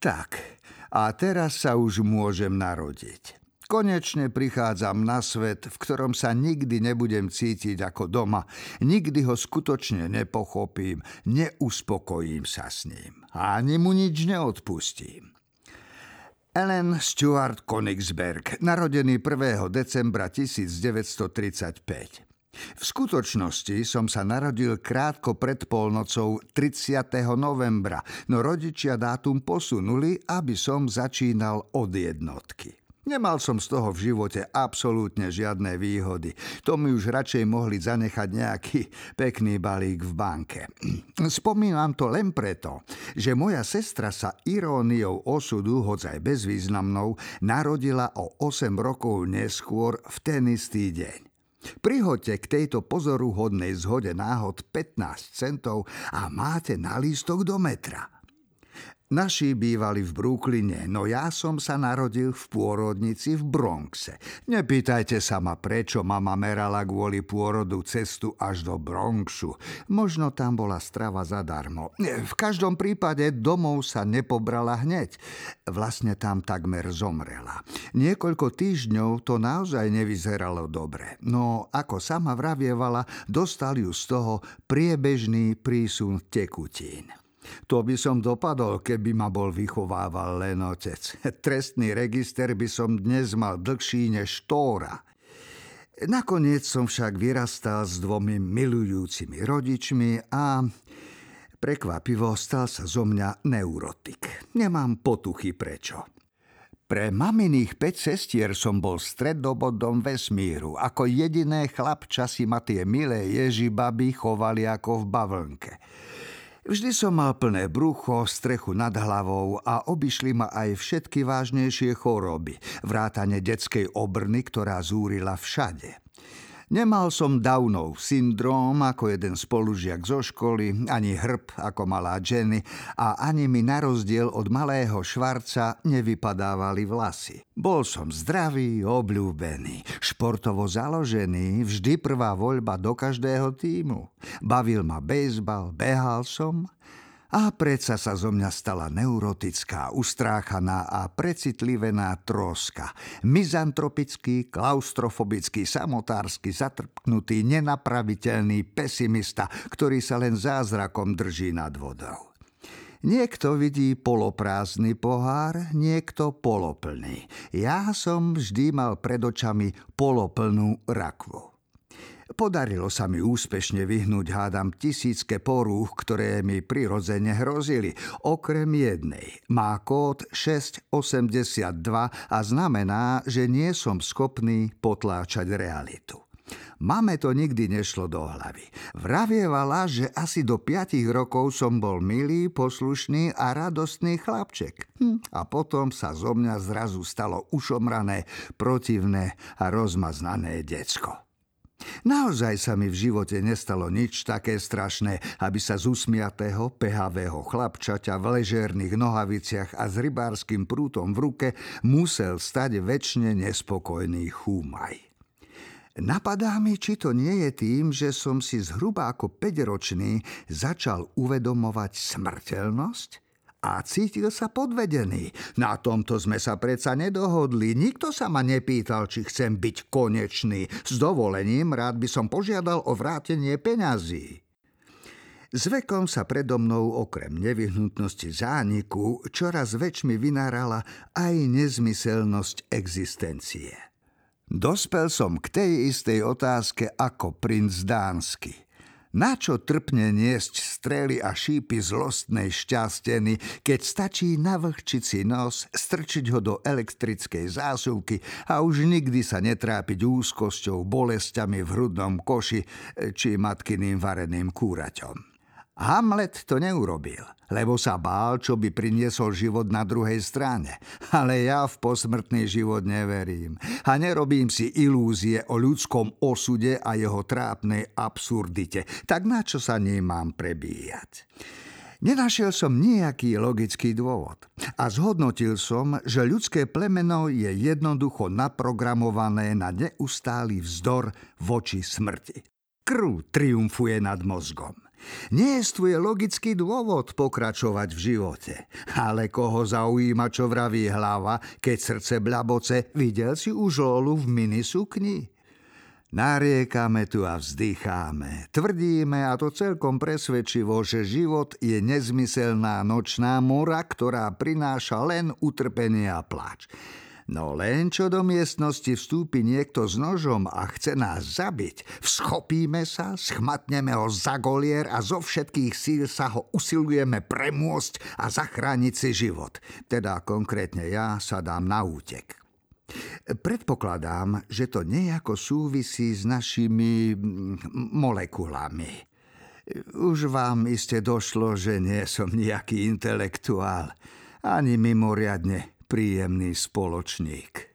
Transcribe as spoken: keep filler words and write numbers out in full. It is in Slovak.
Tak, a teraz sa už môžem narodiť. Konečne prichádzam na svet, v ktorom sa nikdy nebudem cítiť ako doma, nikdy ho skutočne nepochopím, neuspokojím sa s ním a ani mu nič neodpustím. Ellen Stuart Königsberg, narodený prvého decembra tisícdeväťstotridsaťpäť. V skutočnosti som sa narodil krátko pred polnocou tridsiateho novembra, no rodičia dátum posunuli, aby som začínal od jednotky. Nemal som z toho v živote absolútne žiadne výhody. To mi už radšej mohli zanechať nejaký pekný balík v banke. Spomínam to len preto, že moja sestra sa iróniou osudu, hoď aj bezvýznamnou, narodila o osem rokov neskôr v ten istý deň. Prihoďte k tejto pozoruhodnej zhode náhod pätnásť centov a máte na lístok do metra. Naši bývali v Brooklyne, no ja som sa narodil v pôrodnici v Bronxe. Nepýtajte sa ma, prečo mama merala kvôli pôrodu cestu až do Bronxu. Možno tam bola strava zadarmo. V každom prípade domov sa nepobrala hneď. Vlastne tam takmer zomrela. Niekoľko týždňov to naozaj nevyzeralo dobre. No ako sama vravievala, dostal ju z toho priebežný prísun tekutín. To by som dopadol, keby ma bol vychovával len otec. Trestný register by som dnes mal dlhší než Tóra. Nakoniec som však vyrastal s dvomi milujúcimi rodičmi a prekvapivo stal sa zo mňa neurotik. Nemám potuchy prečo. Pre maminých päť sestier som bol stredobodom vesmíru. Ako jediné chlapča si ma tie milé ježibaby chovali ako v bavlnke. Vždy som mal plné brucho, strechu nad hlavou a obišli ma aj všetky vážnejšie choroby, vrátane detskej obrny, ktorá zúrila všade. Nemal som Downov syndróm ako jeden spolužiak zo školy, ani hrb ako malá Jenny a ani mi na rozdiel od malého Švarca nevypadávali vlasy. Bol som zdravý, obľúbený, športovo založený, vždy prvá voľba do každého tímu. Bavil ma bejzbal, behal som a predsa sa zo mňa stala neurotická, ustráchaná a precitlivená troska. Mizantropický, klaustrofobický, samotársky, zatrpknutý, nenapraviteľný pesimista, ktorý sa len zázrakom drží nad vodou. Niekto vidí poloprázdny pohár, niekto poloplný. Ja som vždy mal pred očami poloplnú rakvu. Podarilo sa mi úspešne vyhnúť, hádam, tisícke porúch, ktoré mi prirodzene hrozili, okrem jednej. Má kód šesť osemdesiatdva a znamená, že nie som schopný potláčať realitu. Mame to nikdy nešlo do hlavy. Vravievala, že asi do piatich rokov som bol milý, poslušný a radostný chlapček. Hm. A potom sa zo mňa zrazu stalo ušomrané, protivné a rozmaznané decko. Naozaj sa mi v živote nestalo nič také strašné, aby sa z usmiatého, pehavého chlapčaťa v ležérnych nohaviciach a s rybárskym prútom v ruke musel stať večne nespokojný chúmaj. Napadá mi, či to nie je tým, že som si zhruba ako päťročný začal uvedomovať smrteľnosť a cítil sa podvedený. Na tomto sme sa predsa nedohodli. Nikto sa ma nepýtal, či chcem byť konečný. S dovolením rád by som požiadal o vrátenie peňazí. S vekom sa predo mnou okrem nevyhnutnosti zániku čoraz väčšmi vynárala aj nezmyselnosť existencie. Dospel som k tej istej otázke ako princ dánsky. Načo trpne niesť strely a šípy zlostnej šťasteny, keď stačí navlhčiť si nos, strčiť ho do elektrickej zásuvky a už nikdy sa netrápiť úzkosťou, bolestiami v hrudnom koši či matkyným vareným kúraťom. Hamlet to neurobil, lebo sa bál, čo by priniesol život na druhej strane. Ale ja v posmrtný život neverím a nerobím si ilúzie o ľudskom osude a jeho trápnej absurdite. Tak na čo sa ním mám prebíjať? Nenašiel som nejaký logický dôvod a zhodnotil som, že ľudské plemeno je jednoducho naprogramované na neustály vzdor voči smrti. Krv triumfuje nad mozgom. Nejestvuje logický dôvod pokračovať v živote. Ale koho zaujíma, čo vraví hlava, keď srdce blaboce? Videl si už Lolu v minisukni? Nariekame tu a vzdycháme. Tvrdíme, a to celkom presvedčivo, že život je nezmyselná nočná mora, ktorá prináša len utrpenie a pláč. No len čo do miestnosti vstúpi niekto s nožom a chce nás zabiť, vschopíme sa, schmatneme ho za golier a zo všetkých síl sa ho usilujeme premôcť a zachrániť si život. Teda konkrétne ja sa dám na útek. Predpokladám, že to nejako súvisí s našimi molekulami. Už vám iste došlo, že nie som nejaký intelektuál, ani mimoriadne príjemný spoločník.